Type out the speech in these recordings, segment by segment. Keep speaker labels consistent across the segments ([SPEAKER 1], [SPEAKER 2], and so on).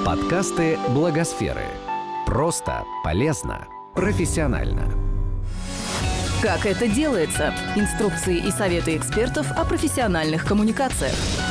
[SPEAKER 1] Подкасты Благосферы. Просто, полезно, профессионально.
[SPEAKER 2] Как это делается? Инструкции и советы экспертов о профессиональных коммуникациях.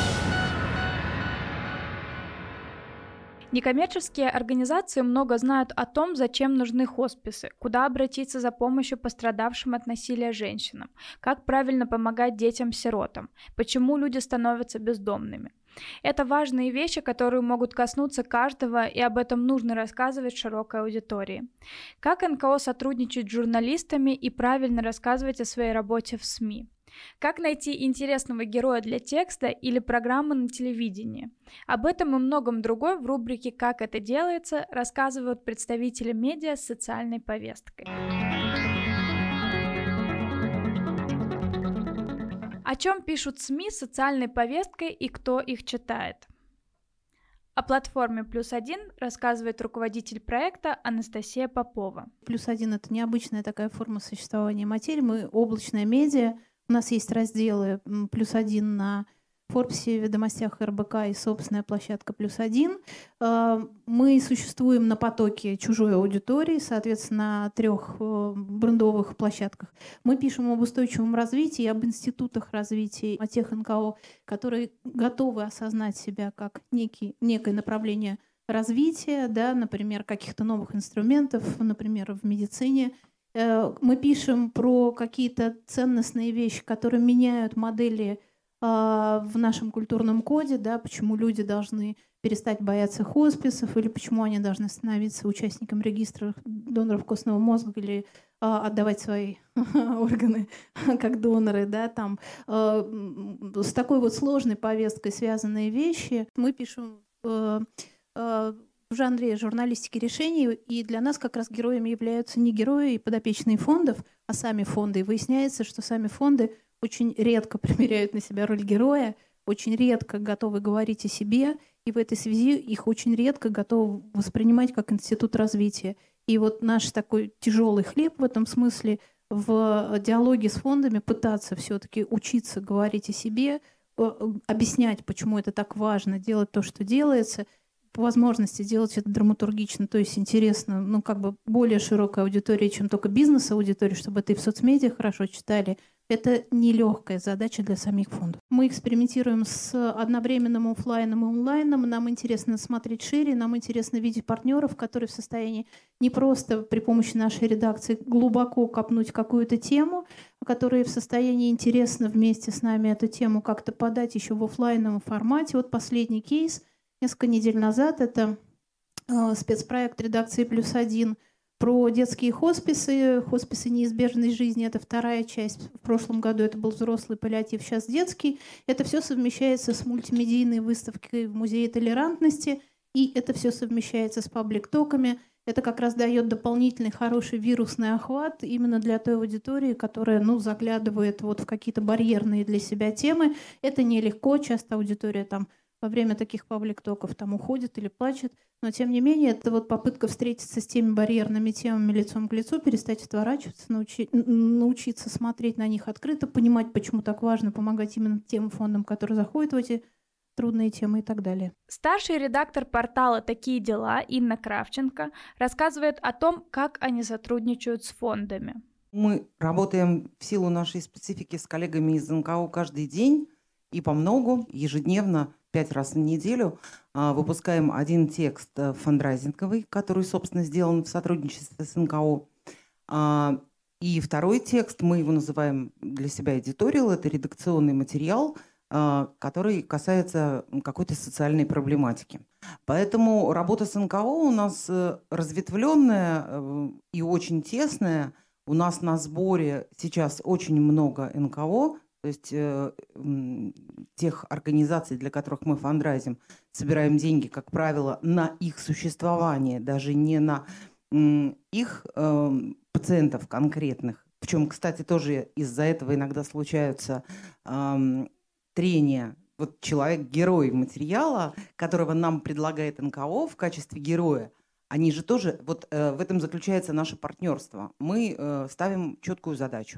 [SPEAKER 3] Некоммерческие организации много знают о том, зачем нужны хосписы, куда обратиться за помощью пострадавшим от насилия женщинам, как правильно помогать детям-сиротам, почему люди становятся бездомными. Это важные вещи, которые могут коснуться каждого, и об этом нужно рассказывать широкой аудитории. Как НКО сотрудничать с журналистами и правильно рассказывать о своей работе в СМИ. Как найти интересного героя для текста или программы на телевидении. Об этом и многом другом в рубрике «Как это делается» рассказывают представители медиа с социальной повесткой. О чем пишут СМИ с социальной повесткой и кто их читает? О платформе +1 рассказывает руководитель проекта Анастасия Попова.
[SPEAKER 4] +1 — это необычная такая форма существования материи. Мы облачная медиа. У нас есть разделы +1 на Форбсе, Ведомостях РБК и собственная площадка +1. Мы существуем на потоке чужой аудитории, соответственно, на 3 брендовых площадках. Мы пишем об устойчивом развитии, об институтах развития, о тех НКО, которые готовы осознать себя как некое направление развития, да, например, каких-то новых инструментов, например, в медицине. Мы пишем про какие-то ценностные вещи, которые меняют модели в нашем культурном коде, да, почему люди должны перестать бояться хосписов, или почему они должны становиться участником регистра доноров костного мозга, или отдавать свои органы как доноры, да, там с такой вот сложной повесткой связанные вещи. Мы пишем в жанре журналистики решений, и для нас как раз героями являются не герои и подопечные фондов, а сами фонды. И выясняется, что сами фонды очень редко примеряют на себя роль героя, очень редко готовы говорить о себе, и в этой связи их очень редко готовы воспринимать как институт развития. И вот наш такой тяжелый хлеб в этом смысле в диалоге с фондами пытаться все-таки учиться говорить о себе, объяснять, почему это так важно, делать то, что делается, по возможности делать это драматургично, то есть интересно, более широкой аудитории, чем только бизнес-аудитория, чтобы это и в соцмедиа хорошо читали. Это нелегкая задача для самих фондов. Мы экспериментируем с одновременным офлайном и онлайном. Нам интересно смотреть шире, нам интересно видеть партнеров, которые в состоянии не просто при помощи нашей редакции глубоко копнуть какую-то тему, которые в состоянии интересно вместе с нами эту тему как-то подать еще в офлайновом формате. Вот последний кейс несколько недель назад. Это спецпроект редакции +1 про детские хосписы. Хосписы неизбежной жизни — это вторая часть. В прошлом году это был взрослый паллиатив, сейчас детский. Это все совмещается с мультимедийной выставкой в Музее толерантности, и это все совмещается с паблик-токами. Это как раз дает дополнительный хороший вирусный охват именно для той аудитории, которая заглядывает вот в какие-то барьерные для себя темы. Это нелегко, часто аудитория там во время таких паблик-токов там уходит или плачет, но тем не менее это вот попытка встретиться с теми барьерными темами лицом к лицу, перестать отворачиваться, научиться смотреть на них открыто, понимать, почему так важно помогать именно тем фондам, которые заходят в эти трудные темы и так далее.
[SPEAKER 3] Старший редактор портала «Такие дела» Инна Кравченко рассказывает о том, как они сотрудничают с фондами.
[SPEAKER 5] Мы работаем в силу нашей специфики с коллегами из НКО каждый день и по многу, ежедневно, 5 раз в неделю выпускаем один текст фандрайзинговый, который, собственно, сделан в сотрудничестве с НКО. И второй текст, мы его называем для себя editorial, это редакционный материал, который касается какой-то социальной проблематики. Поэтому работа с НКО у нас разветвленная и очень тесная. У нас на сборе сейчас очень много НКО, то есть тех организаций, для которых мы фандрайзим, собираем деньги, как правило, на их существование, даже не на их пациентов конкретных. Причем, кстати, тоже из-за этого иногда случаются трения. Вот человек – герой материала, которого нам предлагает НКО в качестве героя. Они же тоже, вот в этом заключается наше партнерство. Мы ставим четкую задачу.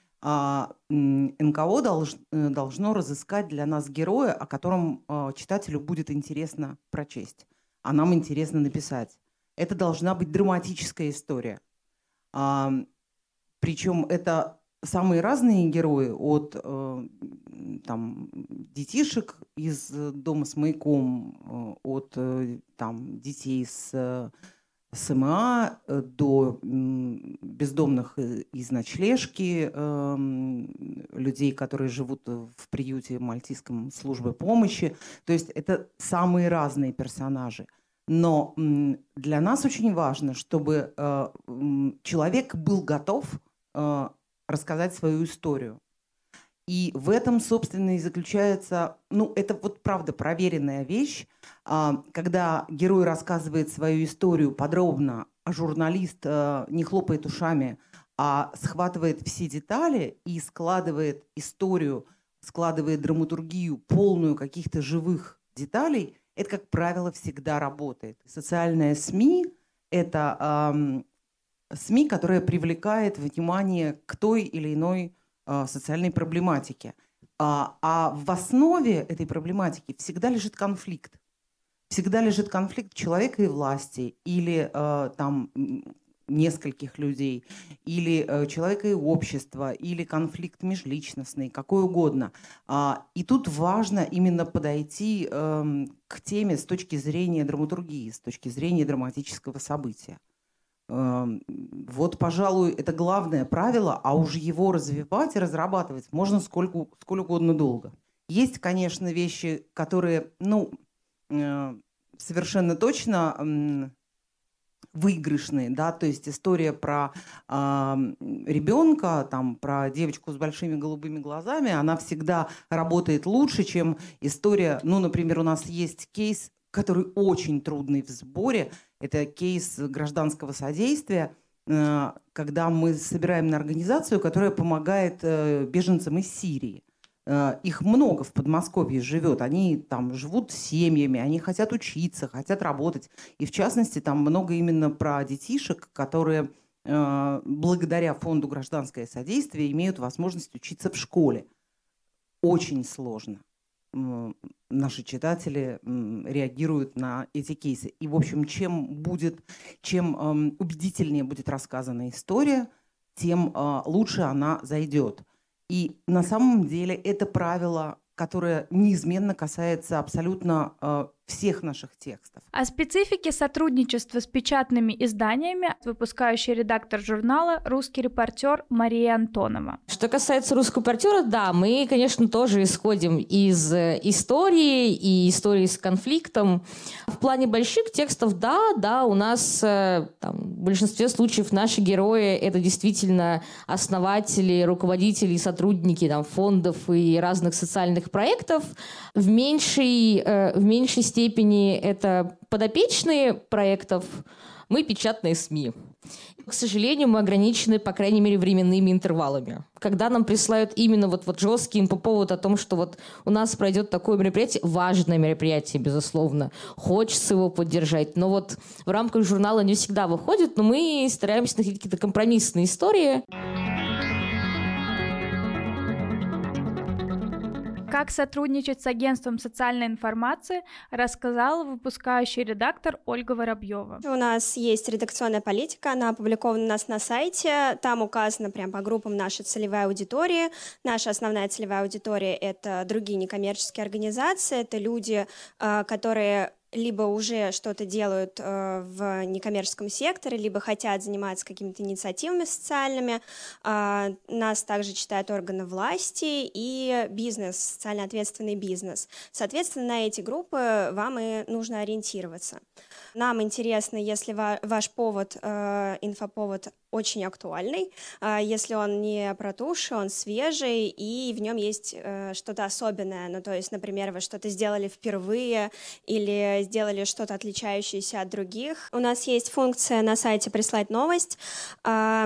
[SPEAKER 5] НКО должно разыскать для нас героя, о котором читателю будет интересно прочесть. а нам интересно написать. Это должна быть драматическая история. Причем это самые разные герои, от там, детишек из дома с маяком, от там, детей с СМА до бездомных из ночлежки, людей, которые живут в приюте Мальтийской службы помощи. То есть это самые разные персонажи. Но для нас очень важно, чтобы человек был готов рассказать свою историю. И в этом, собственно, и заключается, это вот правда проверенная вещь, когда герой рассказывает свою историю подробно, а журналист не хлопает ушами, а схватывает все детали и складывает историю, складывает драматургию, полную каких-то живых деталей. Это, как правило, всегда работает. Социальные СМИ – это СМИ, которая привлекает внимание к той или иной социальной проблематике. А в основе этой проблематики всегда лежит конфликт. Всегда лежит конфликт человека и власти, или там нескольких людей, или человека и общества, или конфликт межличностный, какой угодно. И тут важно именно подойти к теме с точки зрения драматургии, с точки зрения драматического события. Вот, пожалуй, это главное правило, а уж его развивать и разрабатывать можно сколь угодно долго. Есть, конечно, вещи, которые, совершенно точно выигрышные, да, то есть история про ребенка, там, про девочку с большими голубыми глазами, она всегда работает лучше, чем история, например, у нас есть кейс, который очень трудный в сборе. Это кейс гражданского содействия, когда мы собираем на организацию, которая помогает беженцам из Сирии. Их много в Подмосковье живет. Они там живут семьями, они хотят учиться, хотят работать. И в частности, там много именно про детишек, которые благодаря фонду «Гражданское содействие» имеют возможность учиться в школе. Очень сложно. Наши читатели реагируют на эти кейсы. И, в общем, чем убедительнее будет рассказана история, тем лучше она зайдет. И на самом деле это правило, которое неизменно касается абсолютно всех наших текстов.
[SPEAKER 3] О специфике сотрудничества с печатными изданиями выпускающий редактор журнала «Русский репортер» Мария Антонова.
[SPEAKER 6] Что касается «Русского репортера», да, мы, конечно, тоже исходим из истории и истории с конфликтом. В плане больших текстов, да, у нас в большинстве случаев наши герои — это действительно основатели, руководители, сотрудники фондов и разных социальных проектов. В меньшей степени это подопечные проектов, мы печатные СМИ. К сожалению, мы ограничены, по крайней мере, временными интервалами. Когда нам присылают именно вот жесткий инфо повод о том, что вот у нас пройдет такое мероприятие, важное мероприятие, безусловно, хочется его поддержать, но вот в рамках журнала не всегда выходит, но мы стараемся находить какие-то компромиссные истории.
[SPEAKER 3] Как сотрудничать с агентством социальной информации, рассказала выпускающий редактор Ольга Воробьева.
[SPEAKER 7] У нас есть редакционная политика, она опубликована у нас на сайте. Там указана прям по группам наша целевая аудитория. Наша основная целевая аудитория — это другие некоммерческие организации, это люди, которые либо уже что-то делают в некоммерческом секторе, либо хотят заниматься какими-то инициативами социальными. Нас также читают органы власти и бизнес, социально ответственный бизнес. Соответственно, на эти группы вам и нужно ориентироваться. Нам интересно, если ваш повод, инфоповод, очень актуальный, если он не протухший, он свежий, и в нем есть что-то особенное. То есть, например, вы что-то сделали впервые или сделали что-то отличающееся от других. У нас есть функция на сайте «Прислать новость».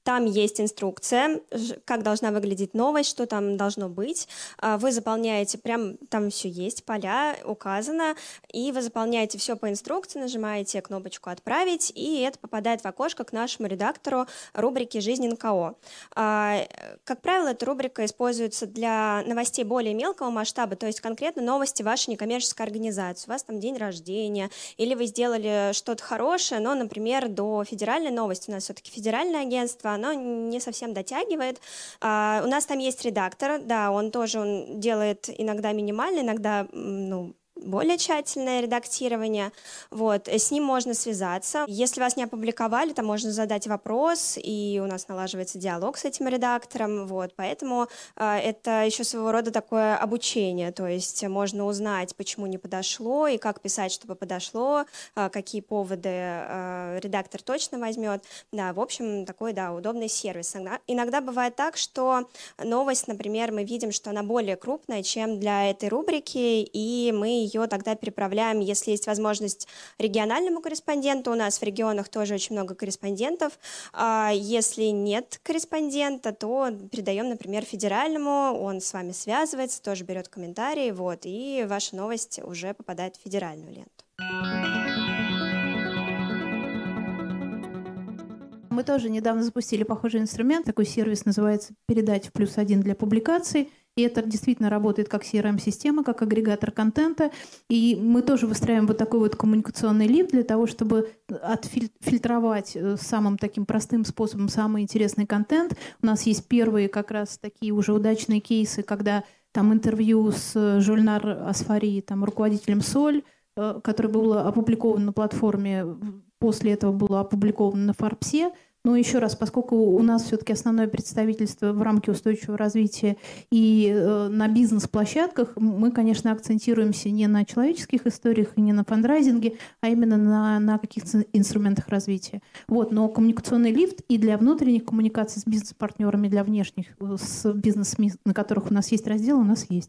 [SPEAKER 7] Там есть инструкция, как должна выглядеть новость, что там должно быть. Вы заполняете, прям там все есть, поля указано, и вы заполняете все по инструкции, нажимаете кнопочку «Отправить», и это попадает в окошко к нашему редактору рубрики «Жизнь НКО». Как правило, эта рубрика используется для новостей более мелкого масштаба, то есть конкретно новости вашей некоммерческой организации. У вас там день рождения, или вы сделали что-то хорошее, но, например, до федеральной новости, у нас все-таки федеральное агентство, оно не совсем дотягивает. У нас там есть редактор, да, он делает иногда минимально, иногда, более тщательное редактирование. Вот. С ним можно связаться. Если вас не опубликовали, то можно задать вопрос, и у нас налаживается диалог с этим редактором. Вот. Поэтому это еще своего рода такое обучение. То есть можно узнать, почему не подошло, и как писать, чтобы подошло, какие поводы редактор точно возьмет. Да, в общем, такой, да, удобный сервис. Иногда бывает так, что новость, например, мы видим, что она более крупная, чем для этой рубрики, и мы ее тогда переправляем, если есть возможность, региональному корреспонденту. У нас в регионах тоже очень много корреспондентов. Если нет корреспондента, то передаем, например, федеральному, он с вами связывается, тоже берет комментарии, вот, и ваша новость уже попадает в федеральную ленту.
[SPEAKER 4] Мы тоже недавно запустили похожий инструмент, такой сервис называется «Передать в +1 для публикаций». И это действительно работает как CRM-система, как агрегатор контента. И мы тоже выстраиваем вот такой вот коммуникационный лифт для того, чтобы отфильтровать самым таким простым способом самый интересный контент. У нас есть первые как раз такие уже удачные кейсы, когда там интервью с Жульнар Асфари, там, руководителем СОЛь, который был опубликован на платформе, после этого было опубликовано на Форбсе. Но еще раз, поскольку у нас все-таки основное представительство в рамке устойчивого развития и на бизнес-площадках, мы, конечно, акцентируемся не на человеческих историях и не на фандрайзинге, а именно на каких-то инструментах развития. Вот, но коммуникационный лифт и для внутренних коммуникаций с бизнес-партнерами, для внешних, с бизнесами, на которых у нас есть раздел, у нас есть.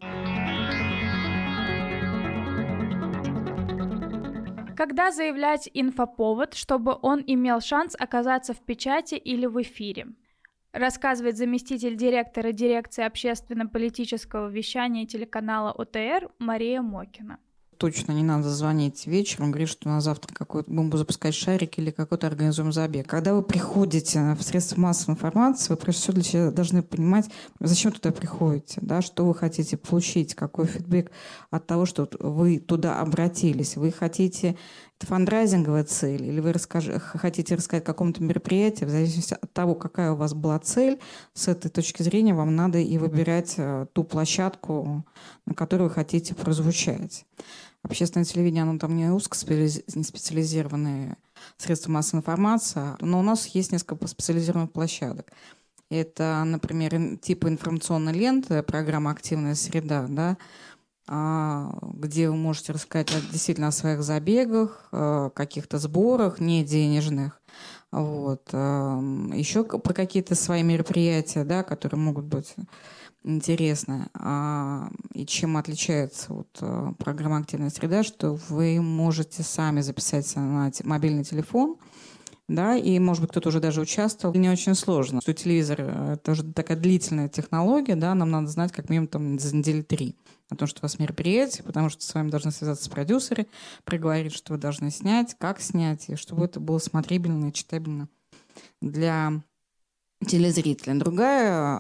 [SPEAKER 3] Когда заявлять инфоповод, чтобы он имел шанс оказаться в печати или в эфире? Рассказывает заместитель директора дирекции общественно-политического вещания телеканала ОТР Мария Мокина.
[SPEAKER 8] Точно не надо звонить вечером, говорить, что на завтра какой-то будем запускать шарик или какой-то организуем забег. Когда вы приходите в средства массовой информации, вы прежде всего для себя должны понимать, зачем туда приходите, да, что вы хотите получить, какой фидбэк от того, что вы туда обратились. Вы хотите... Это фандрайзинговая цель, или вы хотите рассказать о каком-то мероприятии, в зависимости от того, какая у вас была цель, с этой точки зрения вам надо и выбирать ту площадку, на которой вы хотите прозвучать. Общественное телевидение, оно там не узкоспециализированные средства массовой информации, но у нас есть несколько специализированных площадок. Это, например, типа информационной ленты, программа «Активная среда», да, где вы можете рассказать действительно о своих забегах, каких-то сборах не денежных, вот. Еще про какие-то свои мероприятия, да, которые могут быть интересны. И чем отличается программа «Активная среда», что вы можете сами записаться на мобильный телефон, да, и, может быть, кто-то уже даже участвовал. Не очень сложно. Что телевизор – это уже такая длительная технология, да, нам надо знать как минимум там, за недели 3 о том, что у вас мероприятие, потому что с вами должны связаться продюсеры, проговорить, что вы должны снять, как снять, и чтобы это было смотрибельно и читабельно для телезрителя. Другая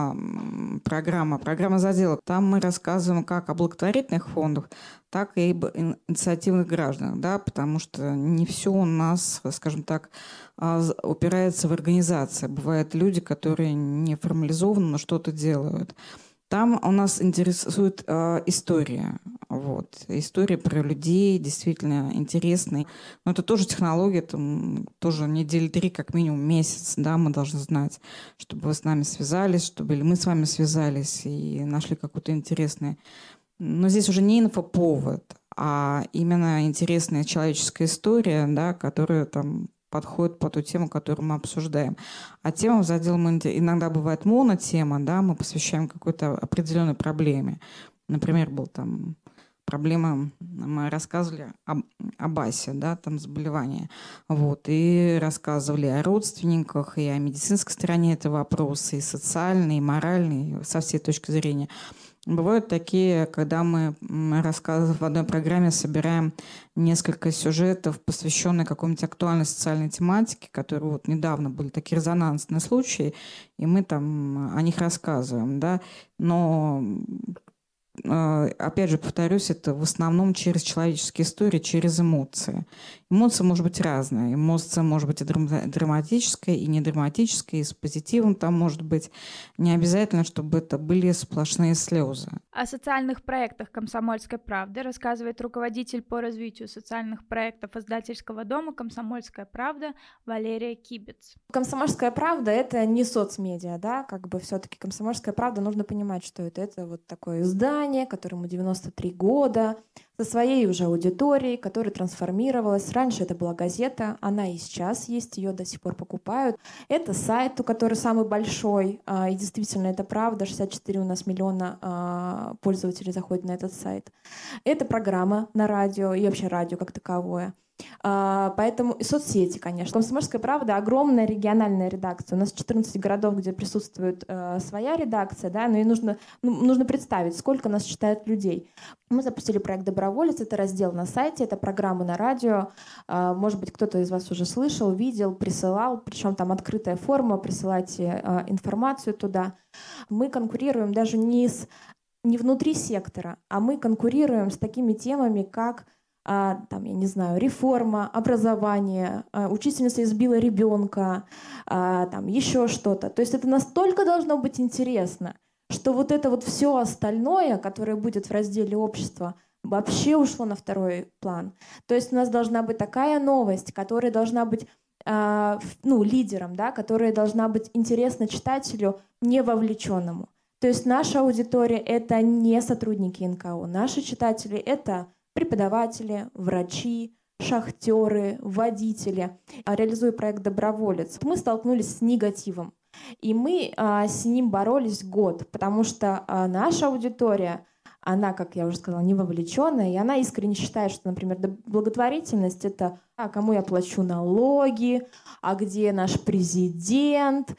[SPEAKER 8] программа заделок. Там мы рассказываем как о благотворительных фондах, так и об инициативных гражданах, да, потому что не все у нас, скажем так, упирается в организации. Бывают люди, которые не формализованно, но что-то делают. Там у нас интересует история. Вот. История про людей действительно интересные. Но это тоже технология, там, тоже недели 3, как минимум месяц. Да, мы должны знать, чтобы вы с нами связались, чтобы или мы с вами связались и нашли какое-то интересное. Но здесь уже не инфоповод, а именно интересная человеческая история, да, которая там подходит по ту тему, которую мы обсуждаем. А темам за делом иногда бывает монотема, да, мы посвящаем какой-то определенной проблеме. Например, был там проблемы, мы рассказывали об АСе, да, там заболевания, вот, и рассказывали о родственниках, и о медицинской стороне этого вопроса, и социальной, и моральной, со всей точки зрения. Бывают такие, когда мы рассказываем в одной программе, собираем несколько сюжетов, посвященных какой-нибудь актуальной социальной тематике, которые вот недавно были такие резонансные случаи, и мы там о них рассказываем, да, но опять же, повторюсь, это в основном через человеческие истории, через эмоции. Эмоция может быть разная. Эмоция может быть и драматическая, и не драматическая, и с позитивом там может быть. Не обязательно, чтобы это были сплошные слезы.
[SPEAKER 3] О социальных проектах «Комсомольской правды» рассказывает руководитель по развитию социальных проектов издательского дома «Комсомольская правда» Валерия Кибец.
[SPEAKER 9] «Комсомольская правда» — это не соцмедиа, да, как бы все-таки «Комсомольская правда», нужно понимать, что это вот такое издание, которому 93 года, со своей уже аудиторией, которая трансформировалась. Раньше это была газета, она и сейчас есть, ее до сих пор покупают. Это сайт, который самый большой, и действительно это правда, 64 у нас миллиона пользователей заходят на этот сайт. Это программа на радио и вообще радио как таковое. Поэтому и соцсети, конечно. «Комсомольская правда» — огромная региональная редакция. У нас 14 городов, где присутствует своя редакция, да, но и нужно представить, сколько нас читают людей. Мы запустили проект «Доброволец», это раздел на сайте, это программа на радио. Может быть, кто-то из вас уже слышал, видел, присылал, причем там открытая форма, присылайте информацию туда. Мы конкурируем даже не внутри сектора, а мы конкурируем с такими темами, как там, я не знаю, реформа, образование, учительница избила ребенка, там еще что-то. То есть это настолько должно быть интересно, что вот это вот все остальное, которое будет в разделе «Общество», вообще ушло на второй план. То есть у нас должна быть такая новость, которая должна быть лидером, да, которая должна быть интересна читателю, не вовлеченному. То есть наша аудитория — это не сотрудники НКО. Наши читатели — это преподаватели, врачи, шахтеры, водители. Реализуя проект «Доброволец», мы столкнулись с негативом. И мы с ним боролись год, потому что наша аудитория, она, как я уже сказала, не вовлеченная, и она искренне считает, что, например, благотворительность — это кому я плачу налоги, а где наш президент,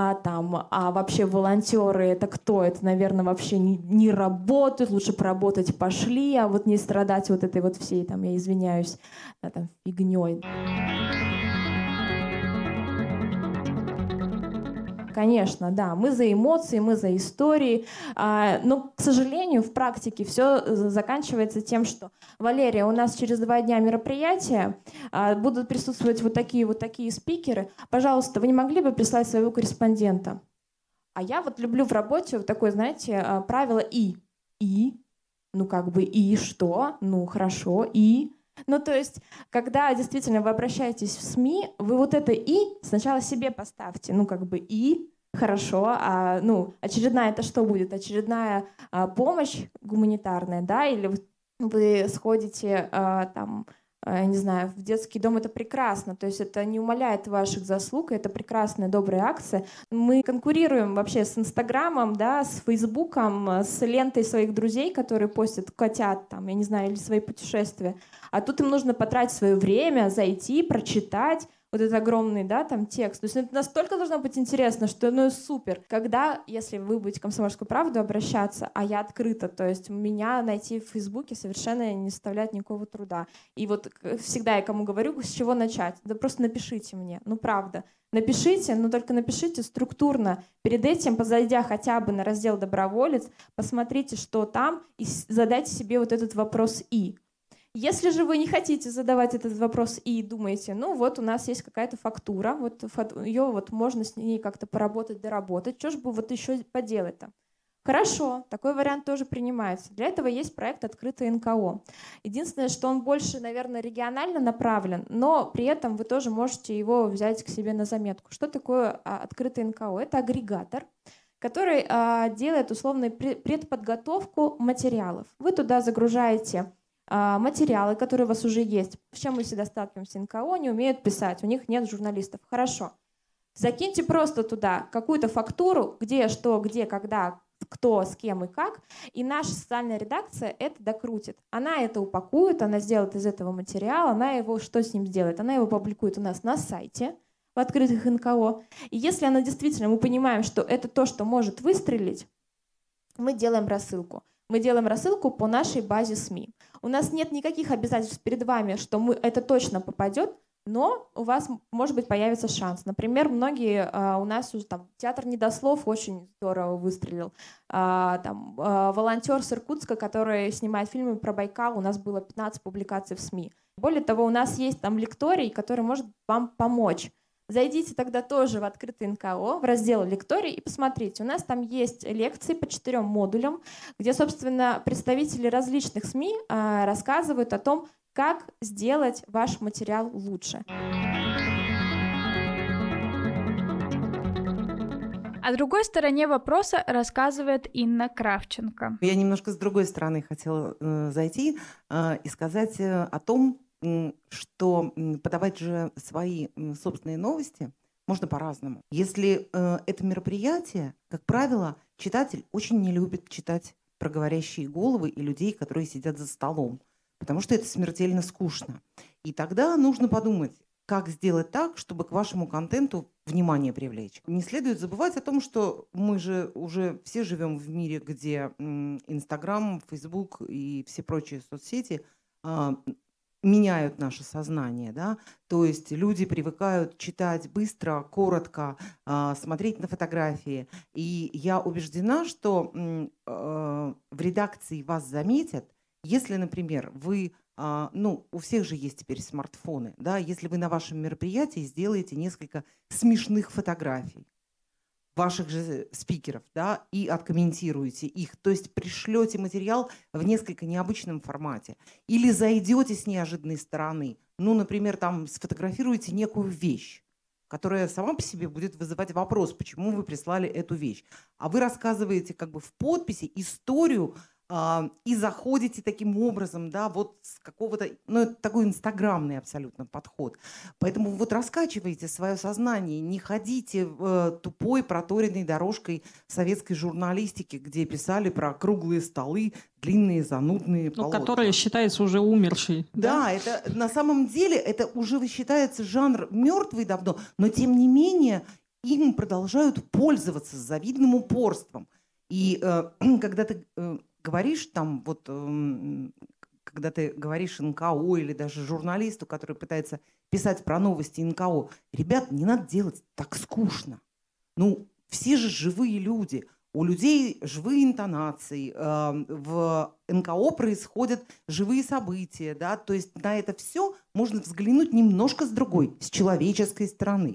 [SPEAKER 9] а вообще волонтеры — это кто? Это, наверное, вообще не работают, лучше поработать пошли, а вот не страдать вот этой вот всей, там, я извиняюсь, там, фигней. Конечно, да, мы за эмоции, мы за истории, но, к сожалению, в практике все заканчивается тем, что: Валерия, у нас через 2 дня мероприятия, будут присутствовать вот такие спикеры, пожалуйста, вы не могли бы прислать своего корреспондента? А я вот люблю в работе вот такое, знаете, правило «и». Ну как бы «и» что? Ну хорошо, «и». Ну, то есть, когда действительно вы обращаетесь в СМИ, вы вот это «и» сначала себе поставьте. Ну, как бы «и», хорошо, очередная это что будет? Очередная помощь гуманитарная, да? Или вы сходите не знаю, в детский дом, это прекрасно, то есть это не умаляет ваших заслуг, это прекрасная, добрая акция. Мы конкурируем вообще с Инстаграмом, да, с Фейсбуком, с лентой своих друзей, которые постят котят, там, я не знаю, или свои путешествия. А тут им нужно потратить свое время, зайти, прочитать вот этот огромный, да, там текст. То есть это настолько должно быть интересно, что супер. Когда, если вы будете в «Комсомольскую правду» обращаться, а я открыта, то есть меня найти в Фейсбуке совершенно не составляет никакого труда. И вот всегда я кому говорю, с чего начать. Да просто напишите мне, правда. Напишите, но только напишите структурно. Перед этим, зайдя хотя бы на раздел «Доброволец», посмотрите, что там, и задайте себе вот этот вопрос «и». Если же вы не хотите задавать этот вопрос и думаете, вот у нас есть какая-то фактура, вот ее вот можно с ней как-то поработать, доработать, что же бы вот еще поделать-то? Хорошо, такой вариант тоже принимается. Для этого есть проект «Открытое НКО». Единственное, что он больше, наверное, регионально направлен, но при этом вы тоже можете его взять к себе на заметку. Что такое «Открытое НКО»? Это агрегатор, который делает условную предподготовку материалов. Вы туда загружаете материалы, которые у вас уже есть. С чем мы всегда сталкиваемся? НКО не умеют писать, у них нет журналистов. Хорошо. Закиньте просто туда какую-то фактуру, где, что, где, когда, кто, с кем и как, и наша социальная редакция это докрутит. Она это упакует, она сделает из этого материал, она его, что с ним сделает? Она его публикует у нас на сайте, в открытых НКО. И если она действительно, мы понимаем, что это то, что может выстрелить, мы делаем рассылку. Мы делаем рассылку по нашей базе СМИ. У нас нет никаких обязательств перед вами, что это точно попадет, но у вас, может быть, появится шанс. Например, многие у нас уже там театр недослов очень здорово выстрелил. Волонтер с Иркутска, который снимает фильмы про Байкал, у нас было 15 публикаций в СМИ. Более того, у нас есть там лекторий, который может вам помочь. Зайдите тогда тоже в открытый НКО, в раздел «Лекторий» и посмотрите. У нас там есть лекции по 4 модулям, где, собственно, представители различных СМИ рассказывают о том, как сделать ваш материал лучше.
[SPEAKER 3] О другой стороне вопроса рассказывает Инна Кравченко.
[SPEAKER 5] Я немножко с другой стороны хотела зайти и сказать о том, что подавать же свои собственные новости можно по-разному. Если это мероприятие, как правило, читатель очень не любит читать про говорящие головы и людей, которые сидят за столом, потому что это смертельно скучно. И тогда нужно подумать, как сделать так, чтобы к вашему контенту внимание привлечь. Не следует забывать о том, что мы же уже все живем в мире, где Инстаграм, Фейсбук и все прочие соцсети меняют наше сознание, да? То есть люди привыкают читать быстро, коротко, смотреть на фотографии. И я убеждена, что в редакции вас заметят, если, например, вы, у всех же есть теперь смартфоны, да? Если вы на вашем мероприятии сделаете несколько смешных фотографий ваших же спикеров, да, и откомментируете их. То есть пришлете материал в несколько необычном формате. Или зайдете с неожиданной стороны. Например, там сфотографируете некую вещь, которая сама по себе будет вызывать вопрос, почему вы прислали эту вещь. А вы рассказываете как бы в подписи историю и заходите таким образом, да, вот с какого-то, это такой инстаграмный абсолютно подход. Поэтому вот раскачивайте свое сознание, не ходите тупой проторенной дорожкой советской журналистики, где писали про круглые столы, длинные занудные полотна.
[SPEAKER 10] Которые считаются уже умершей.
[SPEAKER 5] Да, это на самом деле это уже считается жанр мертвый давно, но тем не менее им продолжают пользоваться с завидным упорством. И когда ты говоришь там, когда ты говоришь НКО или даже журналисту, который пытается писать про новости НКО, ребят, не надо делать так скучно. Все же живые люди. У людей живые интонации. В НКО происходят живые события. Да? То есть на это все можно взглянуть немножко с другой, с человеческой стороны.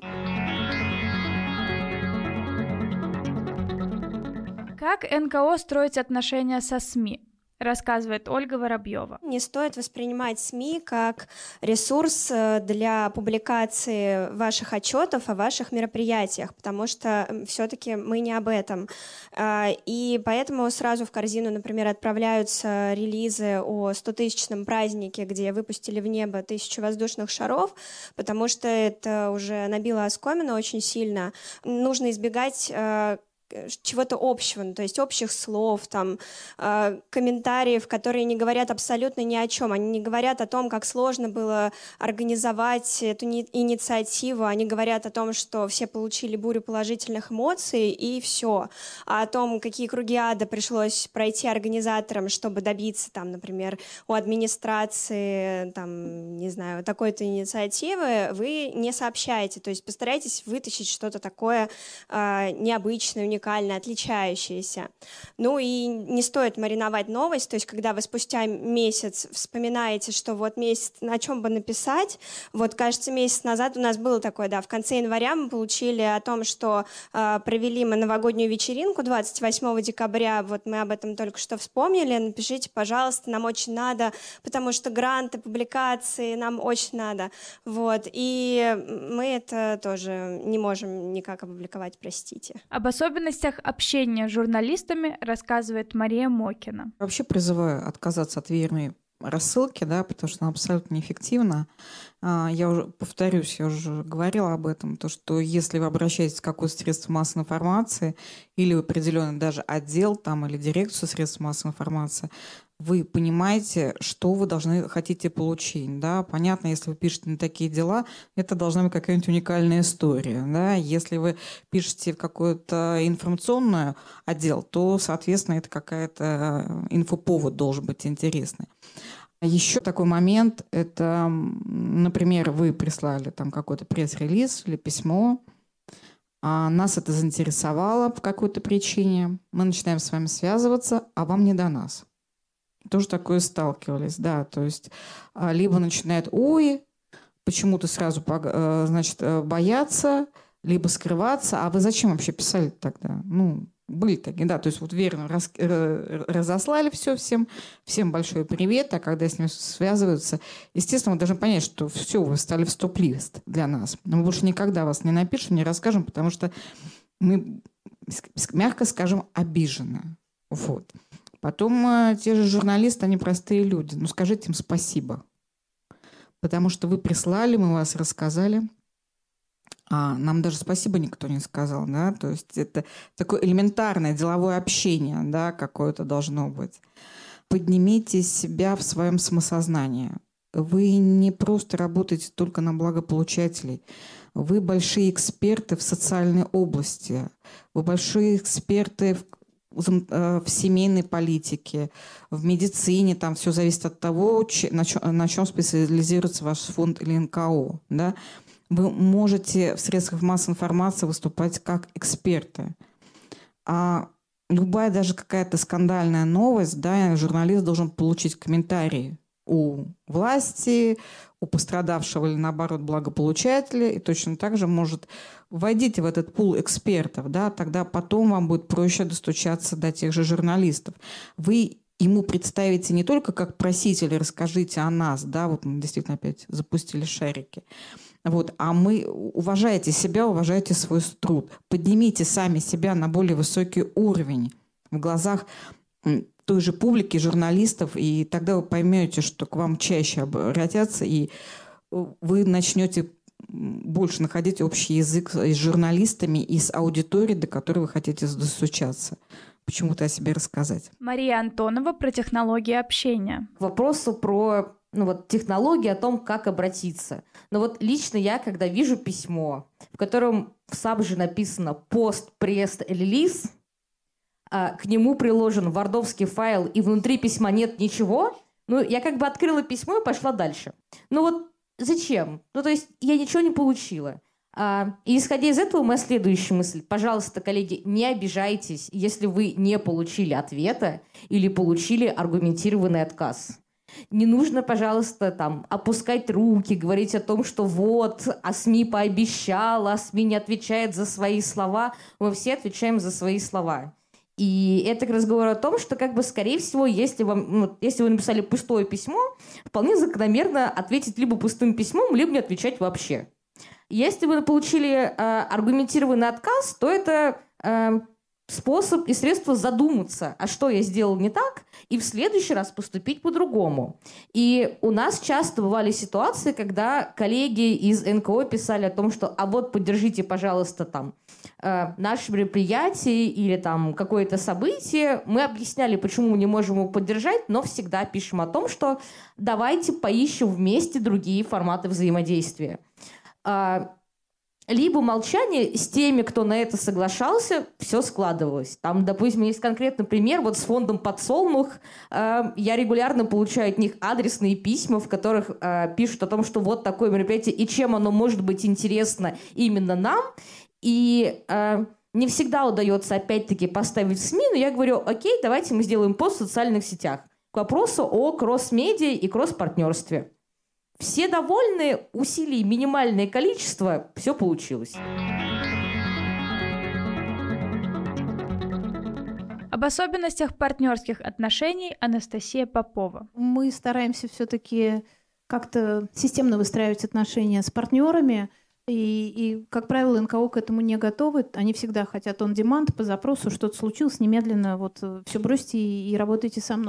[SPEAKER 3] Как НКО строить отношения со СМИ, рассказывает Ольга Воробьева.
[SPEAKER 7] Не стоит воспринимать СМИ как ресурс для публикации ваших отчетов о ваших мероприятиях, потому что все-таки мы не об этом. И поэтому сразу в корзину, например, отправляются релизы о 100-тысячном празднике, где выпустили в небо 1000 воздушных шаров, потому что это уже набило оскомину очень сильно. Нужно избегать чего-то общего, то есть общих слов, там, комментариев, которые не говорят абсолютно ни о чем. Они не говорят о том, как сложно было организовать эту инициативу. Они говорят о том, что все получили бурю положительных эмоций, и все. А о том, какие круги ада пришлось пройти организаторам, чтобы добиться, там, например, у администрации, там, не знаю, такой-то инициативы, вы не сообщаете. То есть постарайтесь вытащить что-то такое необычное, уникальное, отличающееся. И не стоит мариновать новость, то есть когда вы спустя месяц вспоминаете, что вот месяц, на чем бы написать, вот, кажется, месяц назад у нас было такое, да, в конце января мы получили о том, что провели мы новогоднюю вечеринку 28 декабря, вот мы об этом только что вспомнили, напишите, пожалуйста, нам очень надо, потому что гранты, публикации нам очень надо, вот, и мы это тоже не можем никак опубликовать, простите.
[SPEAKER 3] Об особенностях общения с журналистами рассказывает Мария Мокина.
[SPEAKER 8] Вообще призываю отказаться от верной рассылки, да, потому что она абсолютно неэффективна. Я уже повторюсь, я уже говорила об этом, то, что если вы обращаетесь в какое-то средство массовой информации или в определенный даже отдел там, или дирекцию средств массовой информации, вы понимаете, что вы хотите получить. Да? Понятно, если вы пишете на такие дела, это должна быть какая-нибудь уникальная история. Да? Если вы пишете в какой-то информационный отдел, то, соответственно, это какая-то инфоповод должен быть интересный. Еще такой момент, это, например, вы прислали там какой-то пресс-релиз или письмо, нас это заинтересовало по какой-то причине, мы начинаем с вами связываться, а вам не до нас. Тоже такое сталкивались, да, то есть либо начинают, почему-то сразу, значит, бояться, либо скрываться, а вы зачем вообще писали тогда? Были такие, да, то есть вот верно разослали все всем большой привет, а когда с ним связываются, естественно, мы должны понять, что все, вы стали в стоп-лист для нас. Мы больше никогда вас не напишем, не расскажем, потому что мы, мягко скажем, обижены. Вот. Потом те же журналисты, они простые люди. Скажите им спасибо. Потому что вы прислали, мы вас рассказали. А нам даже спасибо никто не сказал. Да? То есть это такое элементарное деловое общение, да, какое-то должно быть. Поднимите себя в своем самосознании. Вы не просто работаете только на благо получателей. Вы большие эксперты в социальной области. Вы большие эксперты в семейной политике, в медицине, там все зависит от того, на чем специализируется ваш фонд или НКО. Да? Вы можете в средствах массовой информации выступать как эксперты. А любая даже какая-то скандальная новость, да, журналист должен получить комментарии у власти, у пострадавшего или, наоборот, благополучателя, и точно так же может войдите в этот пул экспертов, да, тогда потом вам будет проще достучаться до тех же журналистов. Вы ему представите не только как проситель, расскажите о нас, да, вот мы действительно опять запустили шарики, вот, а мы уважайте себя, уважайте свой труд, поднимите сами себя на более высокий уровень в глазах той же публики, журналистов, и тогда вы поймете, что к вам чаще обратятся, и вы начнете больше находить общий язык с журналистами и с аудиторией, до которой вы хотите достучаться. Почему-то о себе рассказать.
[SPEAKER 3] Мария Антонова про технологии общения.
[SPEAKER 6] К вопросу про технологии, о том, как обратиться. Лично я, когда вижу письмо, в котором в сабже написано «пост, пресс, релиз», к нему приложен вардовский файл, и внутри письма нет ничего, я открыла письмо и пошла дальше. Зачем? То есть я ничего не получила. И исходя из этого, моя следующая мысль. Пожалуйста, коллеги, не обижайтесь, если вы не получили ответа или получили аргументированный отказ. Не нужно, пожалуйста, опускать руки, говорить о том, что а СМИ пообещала, а СМИ не отвечает за свои слова. Мы все отвечаем за свои слова. И это разговор о том, что, скорее всего, если вы написали пустое письмо, вполне закономерно ответить либо пустым письмом, либо не отвечать вообще. Если вы получили аргументированный отказ, то это способ и средство задуматься, а что я сделал не так, и в следующий раз поступить по-другому. И у нас часто бывали ситуации, когда коллеги из НКО писали о том, что поддержите, пожалуйста, наше мероприятие или какое-то событие. Мы объясняли, почему мы не можем его поддержать, но всегда пишем о том, что давайте поищем вместе другие форматы взаимодействия. Либо молчание с теми, кто на это соглашался, все складывалось. Допустим, есть конкретный пример, с фондом «Подсолнух». Я регулярно получаю от них адресные письма, в которых пишут о том, что такое мероприятие и чем оно может быть интересно именно нам. И не всегда удается, опять-таки, поставить в СМИ, но я говорю, окей, давайте мы сделаем пост в социальных сетях. К вопросу о кросс-медиа и кросс-партнерстве. Все довольны, усилий минимальное количество, все получилось.
[SPEAKER 3] Об особенностях партнерских отношений Анастасия Попова.
[SPEAKER 4] Мы стараемся все-таки как-то системно выстраивать отношения с партнерами, и, как правило, НКО к этому не готовы. Они всегда хотят on-demand, по запросу, что-то случилось, немедленно все бросьте и работайте со мной.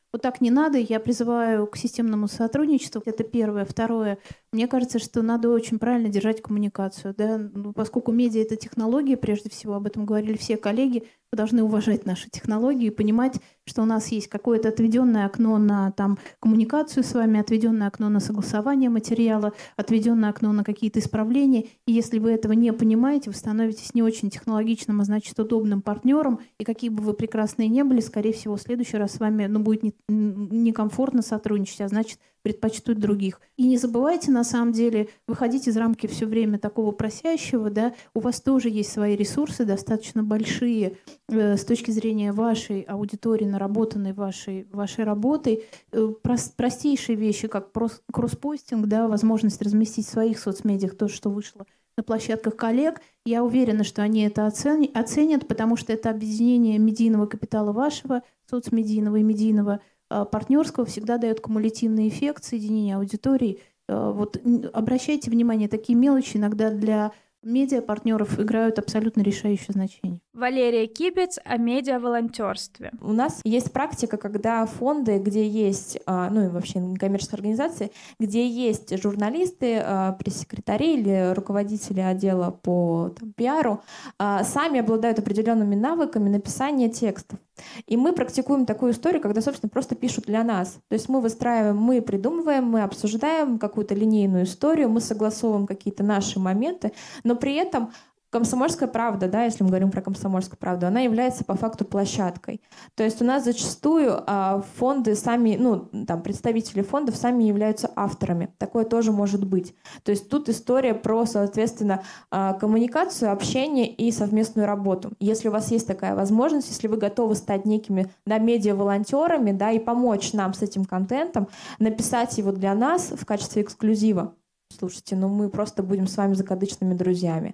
[SPEAKER 4] Вот так не надо. Я призываю к системному сотрудничеству. Это первое. Второе. Мне кажется, что надо очень правильно держать коммуникацию. Да? Ну, поскольку медиа — это технологии, прежде всего, об этом говорили все коллеги, вы должны уважать наши технологии и понимать, что у нас есть какое-то отведенное окно на коммуникацию с вами, отведенное окно на согласование материала, отведенное окно на какие-то исправления. И если вы этого не понимаете, вы становитесь не очень технологичным, а значит, удобным партнером. И какие бы вы прекрасные не были, скорее всего, в следующий раз с вами будет некомфортно сотрудничать, а значит, предпочтут других. И не забывайте, на самом деле, выходить из рамки все время такого просящего, да, у вас тоже есть свои ресурсы, достаточно большие с точки зрения вашей аудитории, наработанной вашей работой. Простейшие вещи, как кросспостинг, да, возможность разместить в своих соцмедиах то, что вышло на площадках коллег. Я уверена, что они это оценят, потому что это объединение медийного капитала вашего, соцмедийного и медийного партнерского всегда дает кумулятивный эффект соединения аудиторий. Вот обращайте внимание, такие мелочи иногда для медиапартнеров играют абсолютно решающее значение.
[SPEAKER 3] Валерия Кибец о медиаволонтерстве.
[SPEAKER 9] У нас есть практика, когда фонды, где есть, ну и вообще некоммерческие организации, где есть журналисты, пресс-секретари или руководители отдела по пиару, сами обладают определенными навыками написания текстов. И мы практикуем такую историю, когда, собственно, просто пишут для нас. То есть мы выстраиваем, мы придумываем, мы обсуждаем какую-то линейную историю, мы согласовываем какие-то наши моменты, но при этом «Комсомольская правда», да, если мы говорим про «Комсомольскую правду», она является по факту площадкой. То есть у нас зачастую фонды сами, представители фондов сами являются авторами. Такое тоже может быть. То есть тут история про, соответственно, коммуникацию, общение и совместную работу. Если у вас есть такая возможность, если вы готовы стать некими медиа-волонтерами, да, и помочь нам с этим контентом, написать его для нас в качестве эксклюзива, слушайте, мы просто будем с вами закадычными друзьями.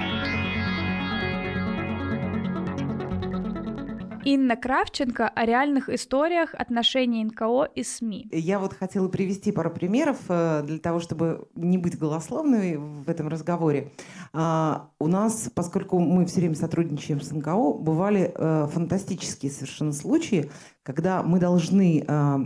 [SPEAKER 3] Инна Кравченко о реальных историях отношений НКО и СМИ.
[SPEAKER 5] Я вот хотела привести пару примеров для того, чтобы не быть голословной в этом разговоре. У нас, поскольку мы все время сотрудничаем с НКО, бывали фантастические совершенно случаи, когда мы должны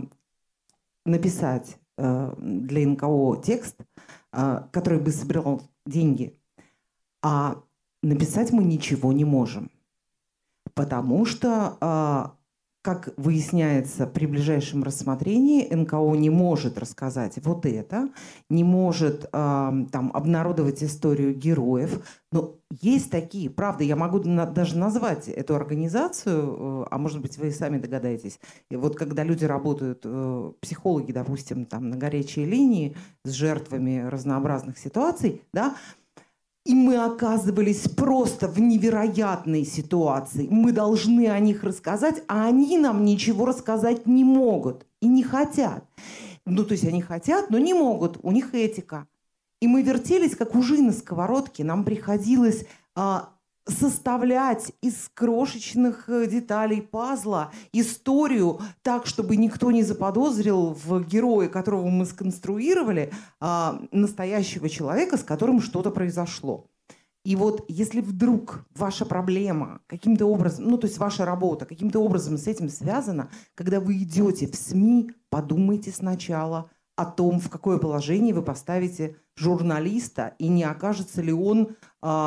[SPEAKER 5] написать для НКО текст, который бы собирал деньги, а написать мы ничего не можем. Потому что, как выясняется при ближайшем рассмотрении, НКО не может рассказать вот это, не может обнародовать историю героев. Но есть такие, правда, я могу даже назвать эту организацию, а может быть, вы и сами догадаетесь. И вот когда люди работают, психологи, допустим, на горячей линии с жертвами разнообразных ситуаций, да, и мы оказывались просто в невероятной ситуации. Мы должны о них рассказать, а они нам ничего рассказать не могут и не хотят. То есть они хотят, но не могут. У них этика. И мы вертелись, как ужи на сковородке. Нам приходилось составлять из крошечных деталей пазла историю так, чтобы никто не заподозрил в герое, которого мы сконструировали, настоящего человека, с которым что-то произошло. И вот если вдруг ваша проблема каким-то образом, то есть ваша работа каким-то образом с этим связана, когда вы идете в СМИ, подумайте сначала о том, в какое положение вы поставите журналиста, и не окажется ли он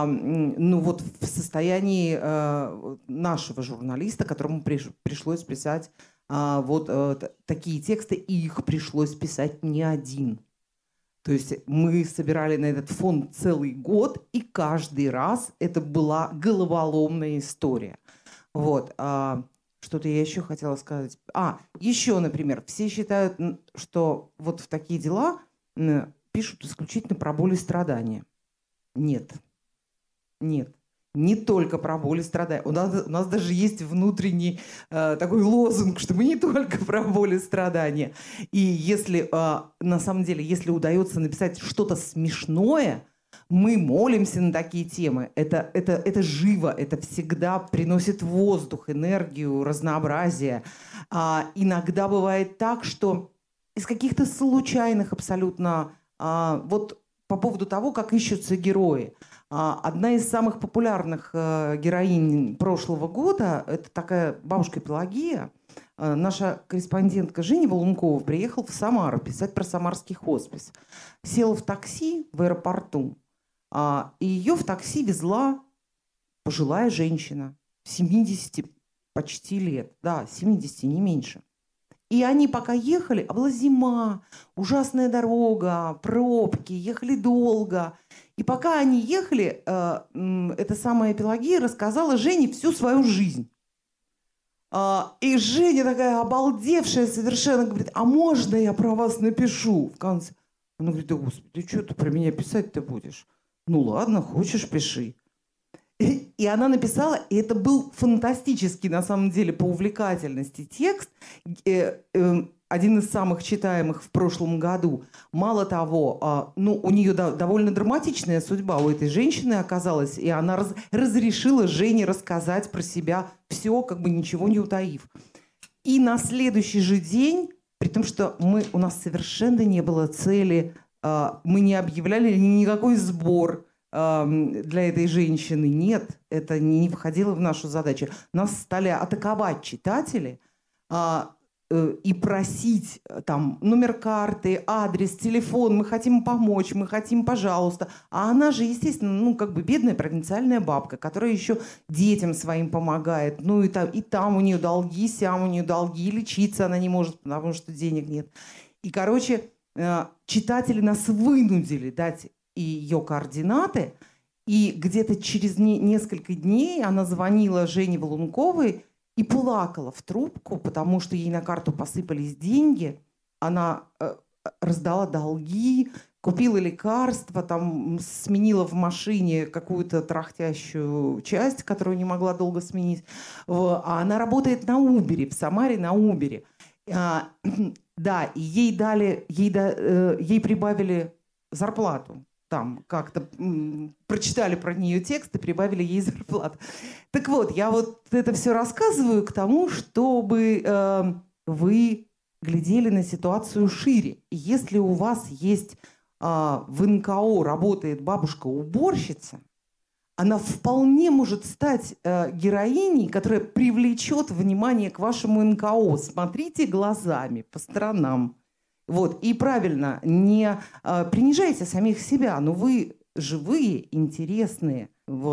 [SPEAKER 5] в состоянии нашего журналиста, которому пришлось писать такие тексты, и их пришлось писать не один. То есть мы собирали на этот фонд целый год, и каждый раз это была головоломная история. Что-то я еще хотела сказать. Еще, например, все считают, что вот в такие дела пишут исключительно про боль и страдания. Нет. Не только про боль и страдания. У нас даже есть внутренний такой лозунг, что мы не только про боль и страдания. И если, на самом деле, если удается написать что-то смешное, мы молимся на такие темы. Это живо, это всегда приносит воздух, энергию, разнообразие. Иногда бывает так, что из каких-то случайных абсолютно... по поводу того, как ищутся герои. Одна из самых популярных героинь прошлого года – это такая бабушка Пелагея. Наша корреспондентка Женя Волункова приехала в Самару писать про самарский хоспис. Села в такси в аэропорту, и ее в такси везла пожилая женщина, 70 почти лет, да, 70, не меньше. И они пока ехали, а была зима, ужасная дорога, пробки, ехали долго. И пока они ехали, эта самая Пелагея рассказала Жене всю свою жизнь. И Женя такая обалдевшая совершенно говорит: а можно я про вас напишу в конце? Она говорит: да господи, что ты про меня писать-то будешь? Ну ладно, хочешь, пиши. И она написала, и это был фантастический, на самом деле, по увлекательности текст, один из самых читаемых в прошлом году. Мало того, у нее довольно драматичная судьба у этой женщины оказалась, и она разрешила Жене рассказать про себя все, как бы ничего не утаив. И на следующий же день, при том, что у нас совершенно не было цели, мы не объявляли никакой сбор для этой женщины. Нет, это не входило в нашу задачу. Нас стали атаковать читатели и просить там номер карты, адрес, телефон. Мы хотим помочь, мы хотим, пожалуйста. А она же, естественно, бедная провинциальная бабка, которая еще детям своим помогает. И там у нее долги, сям у нее долги, лечиться она не может, потому что денег нет. И, читатели нас вынудили дать и ее координаты, и где-то через несколько дней она звонила Жене Волунковой и плакала в трубку, потому что ей на карту посыпались деньги, она раздала долги, купила лекарства, там сменила в машине какую-то трахтящую часть, которую не могла долго сменить. А она работает на Убере, в Самаре на Убере. Да, и ей прибавили зарплату. Там как-то прочитали про нее текст и прибавили ей зарплату. Так вот, я это все рассказываю к тому, чтобы вы глядели на ситуацию шире. И если у вас есть в НКО работает бабушка-уборщица, она вполне может стать героиней, которая привлечет внимание к вашему НКО. Смотрите глазами по сторонам. И правильно, не принижайте самих себя, но вы живые, интересные.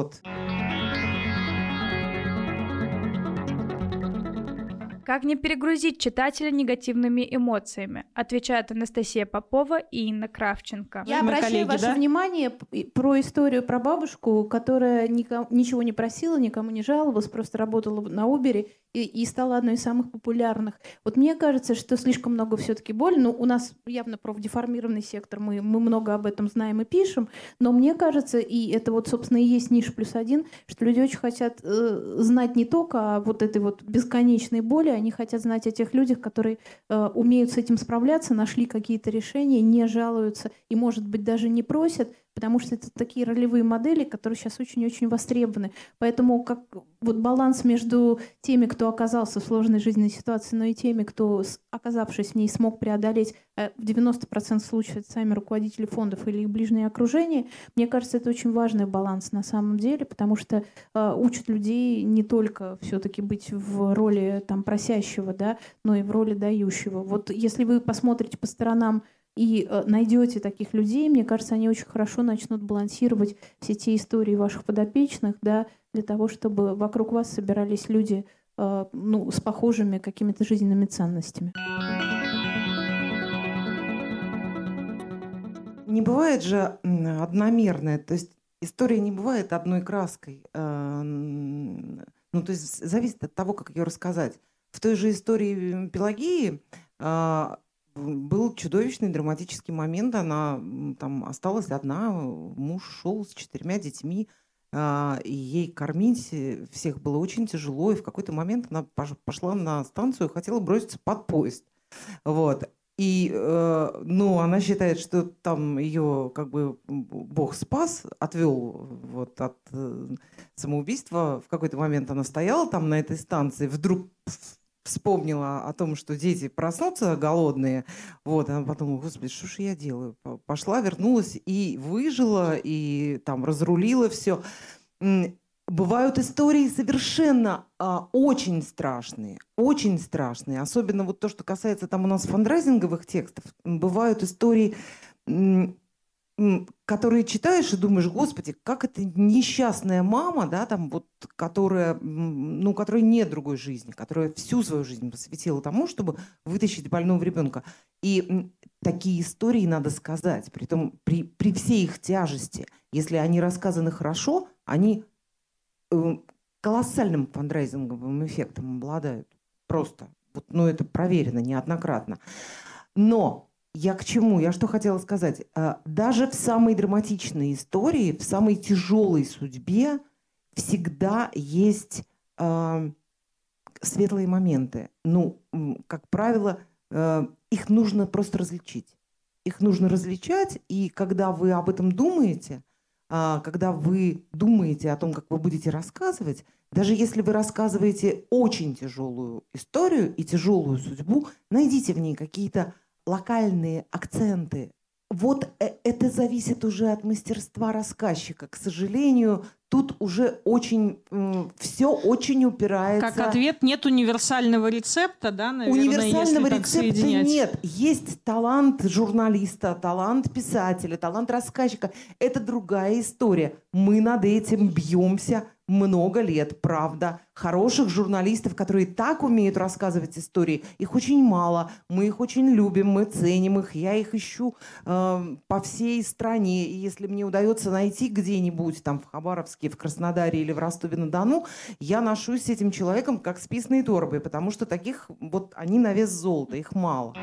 [SPEAKER 3] Как не перегрузить читателя негативными эмоциями? Отвечают Анастасия Попова и Инна Кравченко.
[SPEAKER 4] Я обращаю ваше внимание про историю про бабушку, которая ничего не просила, никому не жаловалась, просто работала на Убере и стала одной из самых популярных. Мне кажется, что слишком много все-таки боли. У нас явно профдеформированный сектор, мы много об этом знаем и пишем, но мне кажется, и это собственно, и есть ниша +1, что люди очень хотят знать не только о этой бесконечной боли, они хотят знать о тех людях, которые умеют с этим справляться, нашли какие-то решения, не жалуются и, может быть, даже не просят, потому что это такие ролевые модели, которые сейчас очень-очень востребованы. Поэтому баланс между теми, кто оказался в сложной жизненной ситуации, но и теми, кто, оказавшись в ней, смог преодолеть в 90% случаев это сами руководители фондов или их ближнее окружение, мне кажется, это очень важный баланс на самом деле, потому что учат людей не только все-таки быть в роли просящего, да, но и в роли дающего. Если вы посмотрите по сторонам и найдете таких людей, мне кажется, они очень хорошо начнут балансировать все те истории ваших подопечных, да, для того, чтобы вокруг вас собирались люди с похожими какими-то жизненными ценностями.
[SPEAKER 5] Не бывает же одномерное, то есть история не бывает одной краской. То есть зависит от того, как ее рассказать. В той же истории Пелагеи был чудовищный драматический момент. Она осталась одна, муж шел с 4 детьми, и ей кормить всех было очень тяжело. И в какой-то момент она пошла на станцию и хотела броситься под поезд. И она считает, что там ее Бог спас, отвел от самоубийства. В какой-то момент она стояла там на этой станции, вдруг вспомнила о том, что дети проснутся голодные. Она подумала: господи, что же я делаю? Пошла, вернулась и выжила, и разрулила все. Бывают истории совершенно очень страшные, особенно вот то, что касается там у нас фандрайзинговых текстов. Бывают истории, которые читаешь и думаешь, господи, как это несчастная мама, да, там вот, которая, которой нет другой жизни, которая всю свою жизнь посвятила тому, чтобы вытащить больного ребенка. И такие истории надо сказать, притом при всей их тяжести, если они рассказаны хорошо, они колоссальным фандрайзинговым эффектом обладают. Просто. Вот, это проверено неоднократно. Но я к чему? Я что хотела сказать? Даже в самой драматичной истории, в самой тяжелой судьбе всегда есть светлые моменты. Как правило, их нужно просто различить. Их нужно различать, и когда вы об этом думаете, когда вы думаете о том, как вы будете рассказывать, даже если вы рассказываете очень тяжелую историю и тяжелую судьбу, найдите в ней какие-то локальные акценты. Вот это зависит уже от мастерства рассказчика. К сожалению, тут уже все очень упирается...
[SPEAKER 10] Как ответ, нет универсального рецепта, да, наверное,
[SPEAKER 5] универсального
[SPEAKER 10] если
[SPEAKER 5] рецепта
[SPEAKER 10] соединять.
[SPEAKER 5] нет. Есть талант журналиста, талант писателя, талант рассказчика. Это другая история. Мы над этим бьемся много лет, правда. Хороших журналистов, которые так умеют рассказывать истории, их очень мало. Мы их очень любим, мы ценим их. Я их ищу по всей стране. И если мне удается найти где-нибудь там в Хабаровске, в Краснодаре или в Ростове-на-Дону, я ношусь с этим человеком как с писаной торбой, потому что таких они на вес золота, их мало.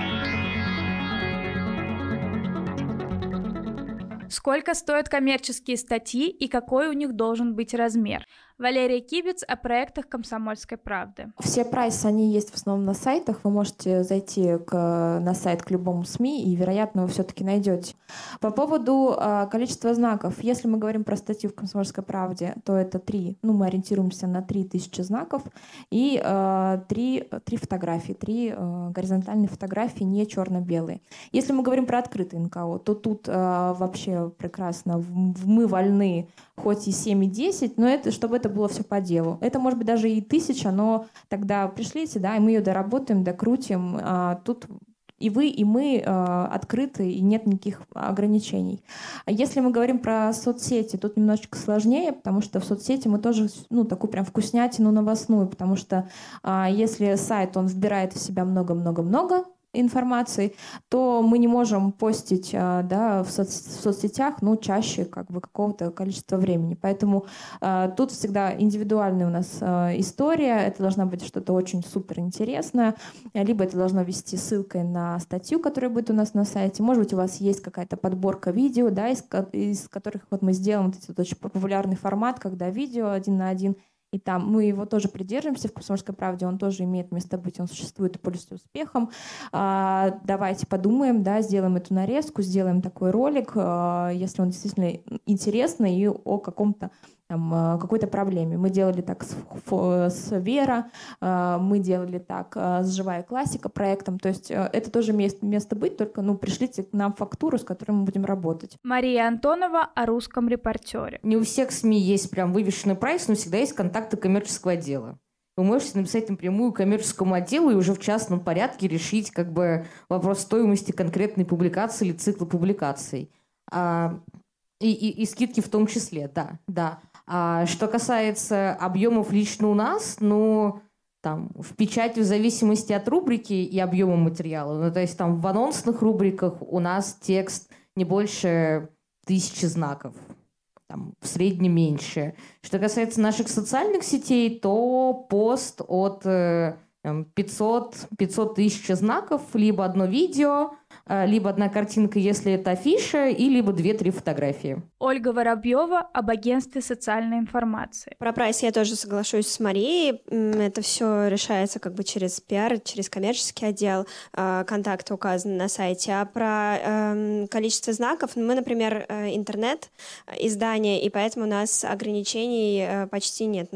[SPEAKER 3] Сколько стоят коммерческие статьи и какой у них должен быть размер? Валерия Кибец о проектах «Комсомольской правды».
[SPEAKER 9] Все прайсы, они есть в основном на сайтах. Вы можете зайти на сайт к любому СМИ, и, вероятно, вы все-таки найдете. По поводу количества знаков. Если мы говорим про статью в «Комсомольской правде», то это 3, мы ориентируемся на 3000 знаков и 3 фотографии, 3 горизонтальные фотографии, не черно-белые. Если мы говорим про открытый НКО, то тут вообще прекрасно. Мы вольны хоть и 7, и 10, но это чтобы это было все по делу. Это может быть даже и 1000, но тогда пришлите, да, и мы ее доработаем, докрутим. Тут и вы, и мы открыты, и нет никаких ограничений. Если мы говорим про соцсети, тут немножечко сложнее, потому что в соцсети мы тоже, такую прям вкуснятину новостную, потому что если сайт, он вбирает в себя много-много-много информации, то мы не можем постить в соцсетях чаще какого-то количества времени. Поэтому тут всегда индивидуальная у нас история. Это должна быть что-то очень супер интересное. Либо это должно вести ссылкой на статью, которая будет у нас на сайте. Может быть, у вас есть какая-то подборка видео, да, из которых мы сделаем этот очень популярный формат, когда видео 1 на 1. И там мы его тоже придерживаемся в «Комсомольской правде», он тоже имеет место быть, он существует и пользуется успехом. Давайте подумаем, да, сделаем эту нарезку, сделаем такой ролик, если он действительно интересный и о каком-то какой-то проблеме. Мы делали так с «Вера», мы делали так с «Живая классика» проектом. То есть это тоже имеет место быть, только пришлите к нам фактуру, с которой мы будем работать.
[SPEAKER 3] Мария Антонова о русском репортере.
[SPEAKER 6] Не у всех СМИ есть прям вывешенный прайс, но всегда есть контакты коммерческого отдела. Вы можете написать напрямую коммерческому отделу и уже в частном порядке решить вопрос стоимости конкретной публикации или цикла публикаций. И скидки в том числе, да. А что касается объемов лично у нас, в печати в зависимости от рубрики и объема материала. То есть в анонсных рубриках у нас текст не больше 1000 знаков. В среднем меньше. Что касается наших социальных сетей, то пост от 500 тысяч знаков, либо одно видео, либо одна картинка, если это афиша, и либо 2-3 фотографии.
[SPEAKER 3] Ольга Воробьева об агентстве социальной информации.
[SPEAKER 7] Про прайс я тоже соглашусь с Марией. Это все решается через пиар, через коммерческий отдел. Контакты указаны на сайте. А про количество знаков, мы, например, интернет-издание, и поэтому у нас ограничений почти нет.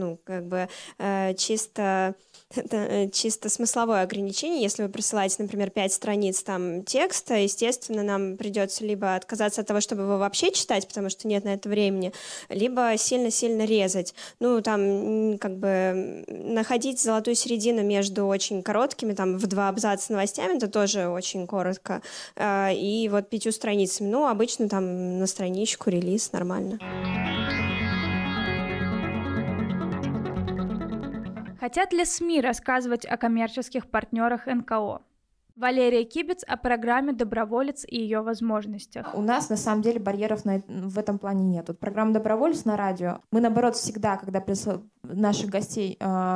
[SPEAKER 7] Чисто смысловое ограничение. Если вы присылаете, например, 5 страниц текста, естественно, нам придется либо отказаться от того, чтобы его вообще читать, потому что нет на это времени, либо сильно-сильно резать. Ну, там, как бы, находить золотую середину между очень короткими, там, в 2 абзаца новостями, это тоже очень коротко, и вот 5 страницами. Ну, обычно там на страничку релиз нормально.
[SPEAKER 3] Хотят ли СМИ рассказывать о коммерческих партнерах НКО? Валерия Кибец о программе «Доброволец» и ее возможностях.
[SPEAKER 9] У нас, на самом деле, барьеров в этом плане нет. Вот программа «Доброволец» на радио, мы, наоборот, всегда, когда наших гостей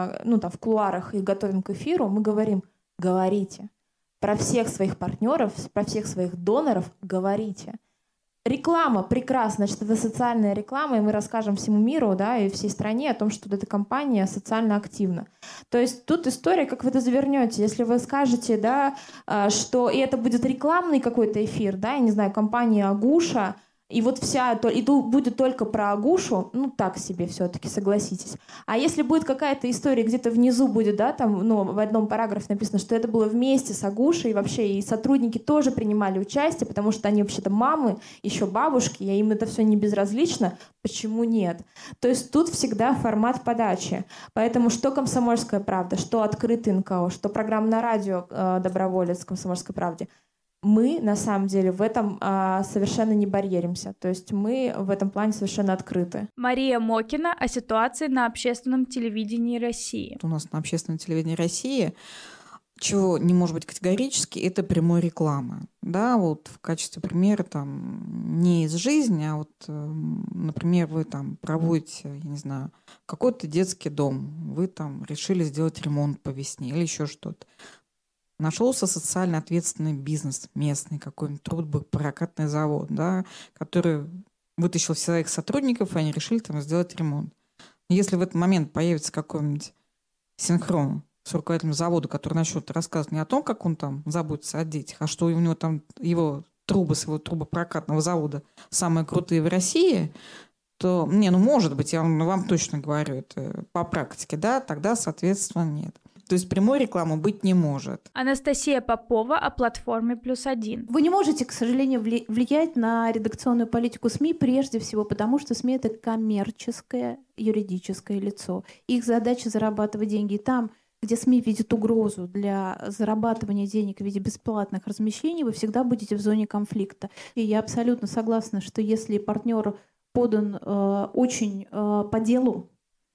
[SPEAKER 9] в кулуарах их готовим к эфиру, мы говорим: говорите. Про всех своих партнеров, про всех своих доноров говорите. Реклама прекрасна, значит, это социальная реклама, и мы расскажем всему миру, да, и всей стране о том, что эта компания социально активна. То есть тут история, как вы это завернете. Если вы скажете, да, что и это будет рекламный какой-то эфир, да, я не знаю, компания Агуша, и вот и тут будет только про Агушу, ну, так себе все-таки, согласитесь. А если будет какая-то история, где-то внизу будет, да, там, ну, в одном параграфе написано, что это было вместе с Агушей, и вообще и сотрудники тоже принимали участие, потому что они вообще-то мамы, еще бабушки, и им это все не безразлично, почему нет? То есть тут всегда формат подачи. Поэтому что «Комсомольская правда», что «Открытый НКО», что программа на радио «Доброволец» «Комсомольской правде», мы, на самом деле, в этом совершенно не барьеримся. То есть мы в этом плане совершенно открыты.
[SPEAKER 3] Мария Мокина о ситуации на общественном телевидении России.
[SPEAKER 8] У нас на общественном телевидении России, чего не может быть категорически, это прямой рекламы. Да, вот в качестве примера там не из жизни, а вот, например, вы там проводите, я не знаю, какой-то детский дом, вы там решили сделать ремонт по весне или еще что-то. Нашелся социально ответственный бизнес местный, какой-нибудь трубопрокатный завод, да, который вытащил всех своих сотрудников, и они решили там сделать ремонт. Если в этот момент появится какой-нибудь синхрон с руководителем завода, который начнет рассказывать не о том, как он там заботится о детях, а что у него там его трубы с его трубопрокатного завода самые крутые в России, то, может быть, я вам точно говорю, это по практике, да, тогда, соответственно, нет. То есть прямой рекламы быть не может.
[SPEAKER 3] Анастасия Попова о платформе «+1».
[SPEAKER 4] Вы не можете, к сожалению, влиять на редакционную политику СМИ прежде всего потому, что СМИ — это коммерческое юридическое лицо. Их задача — зарабатывать деньги. И там, где СМИ видят угрозу для зарабатывания денег в виде бесплатных размещений, вы всегда будете в зоне конфликта. И я абсолютно согласна, что если партнер подан очень по делу,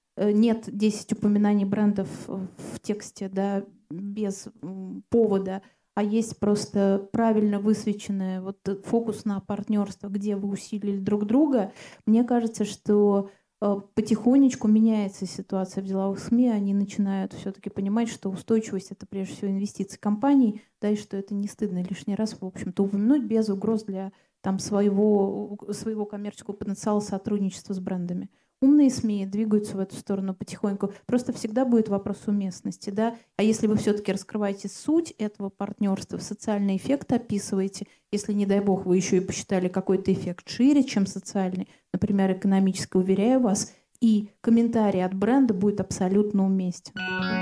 [SPEAKER 4] нет 10 упоминаний брендов в тексте, да, без повода, а есть просто правильно высвеченный вот фокус на партнерство, где вы усилили друг друга, мне кажется, что потихонечку меняется ситуация в деловых СМИ, они начинают все-таки понимать, что устойчивость — это прежде всего инвестиции компаний, да, и что это не стыдно лишний раз, в общем-то, упомянуть без угроз для там, своего коммерческого потенциала сотрудничества с брендами. Умные СМИ двигаются в эту сторону потихоньку. Просто всегда будет вопрос уместности, да. А если вы все-таки раскрываете суть этого партнерства, социальный эффект описываете, если, не дай бог, вы еще и посчитали какой-то эффект шире, чем социальный, например, экономический, уверяю вас, и комментарий от бренда будет абсолютно уместен.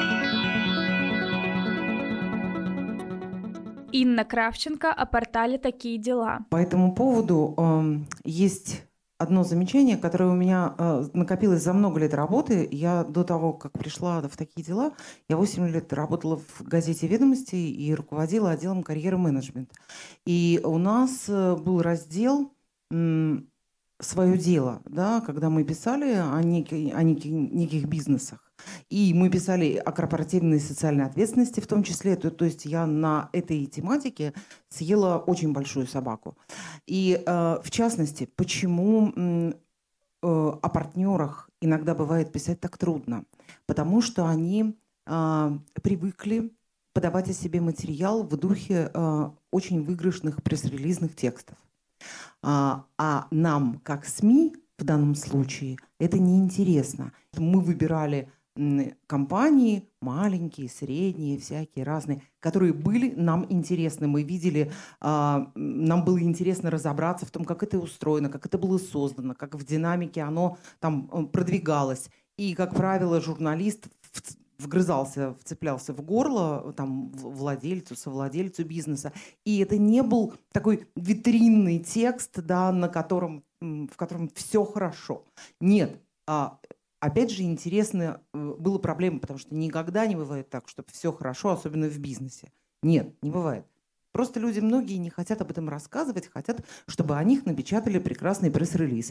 [SPEAKER 3] Инна Кравченко о портале «Такие дела».
[SPEAKER 5] По этому поводу есть одно замечание, которое у меня накопилось за много лет работы. Я до того, как пришла в «Такие дела», я 8 лет работала в газете «Ведомости» и руководила отделом карьеры-менеджмента. И у нас был раздел «Свое дело», да, когда мы писали о неких бизнесах. И мы писали о корпоративной социальной ответственности в том числе. То есть я на этой тематике съела очень большую собаку. И в частности, почему о партнерах иногда бывает писать так трудно? Потому что они привыкли подавать о себе материал в духе очень выигрышных пресс-релизных текстов. А нам, как СМИ, в данном случае, это неинтересно. Мы выбирали компании маленькие, средние, всякие разные, которые были нам интересны. Мы видели, нам было интересно разобраться в том, как это устроено, как это было создано, как в динамике оно там продвигалось. И, как правило, журналист вцеплялся в горло там владельцу, совладельцу бизнеса. И это не был такой витринный текст, да, в котором все хорошо. Нет. Опять же, интересно, была проблема, потому что никогда не бывает так, чтобы все хорошо, особенно в бизнесе. Нет, не бывает. Просто люди многие не хотят об этом рассказывать, хотят, чтобы о них напечатали прекрасный пресс-релиз.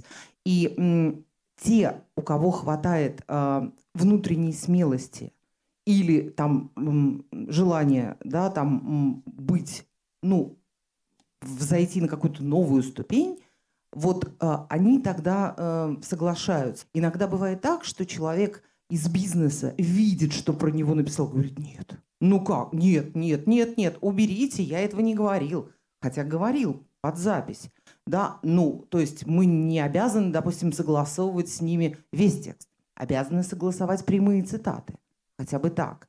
[SPEAKER 5] И те, у кого хватает внутренней смелости или там желания, да, там быть, взойти на какую-то новую ступень, вот они тогда соглашаются. Иногда бывает так, что человек из бизнеса видит, что про него написал, говорит: нет. Ну как? Нет, уберите, я этого не говорил. Хотя говорил под запись. Да, то есть мы не обязаны, допустим, согласовывать с ними весь текст. Обязаны согласовать прямые цитаты. Хотя бы так.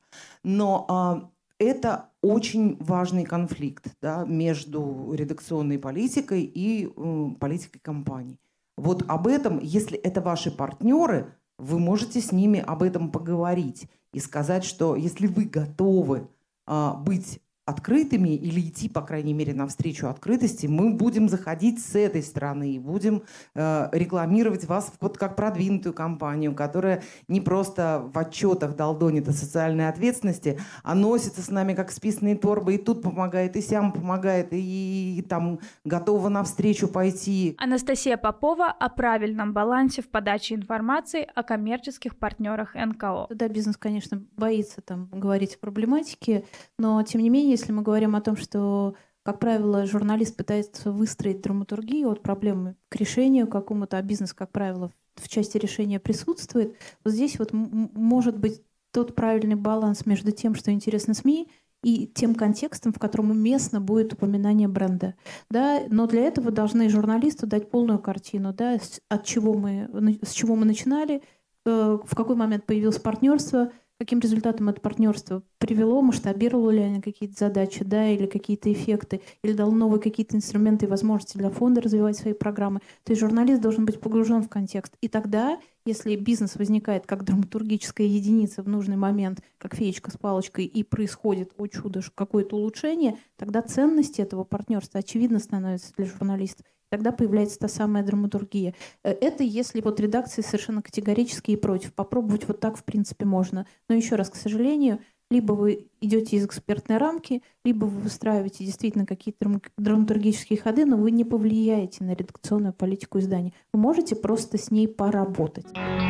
[SPEAKER 5] Но это очень важный конфликт, да, между редакционной политикой и политикой компании. Вот об этом, если это ваши партнеры, вы можете с ними об этом поговорить и сказать, что если вы готовы быть открытыми или идти, по крайней мере, навстречу открытости, мы будем заходить с этой стороны и будем рекламировать вас вот как продвинутую компанию, которая не просто в отчетах долдонит о социальной ответственности, а носится с нами как списанные торбы, и тут помогает, и сям помогает, и там готова навстречу пойти.
[SPEAKER 3] Анастасия Попова о правильном балансе в подаче информации о коммерческих партнерах НКО.
[SPEAKER 4] Да, бизнес, конечно, боится там говорить о проблематике, но тем не менее, если мы говорим о том, что, как правило, журналист пытается выстроить драматургию от проблемы к решению какому-то, а бизнес, как правило, в части решения присутствует, вот здесь вот может быть тот правильный баланс между тем, что интересно СМИ, и тем контекстом, в котором уместно будет упоминание бренда. Да? Но для этого должны журналисту дать полную картину, да, с чего мы начинали, в какой момент появилось партнерство, каким результатом это партнерство привело, масштабировало ли оно какие-то задачи, да, или какие-то эффекты, или дало новые какие-то инструменты и возможности для фонда развивать свои программы. То есть журналист должен быть погружен в контекст. И тогда, если бизнес возникает как драматургическая единица в нужный момент, как феечка с палочкой, и происходит, о чудо, какое-то улучшение, тогда ценность этого партнерства очевидно становится для журналистов. Тогда появляется та самая драматургия. Это если вот редакции совершенно категорически и против. Попробовать вот так, в принципе, можно. Но еще раз, к сожалению, либо вы идете из экспертной рамки, либо вы выстраиваете действительно какие-то драматургические ходы, но вы не повлияете на редакционную политику издания. Вы можете просто с ней поработать.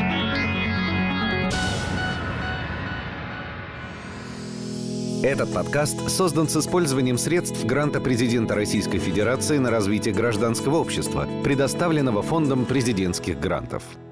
[SPEAKER 1] Этот подкаст создан с использованием средств гранта президента Российской Федерации на развитие гражданского общества, предоставленного Фондом президентских грантов.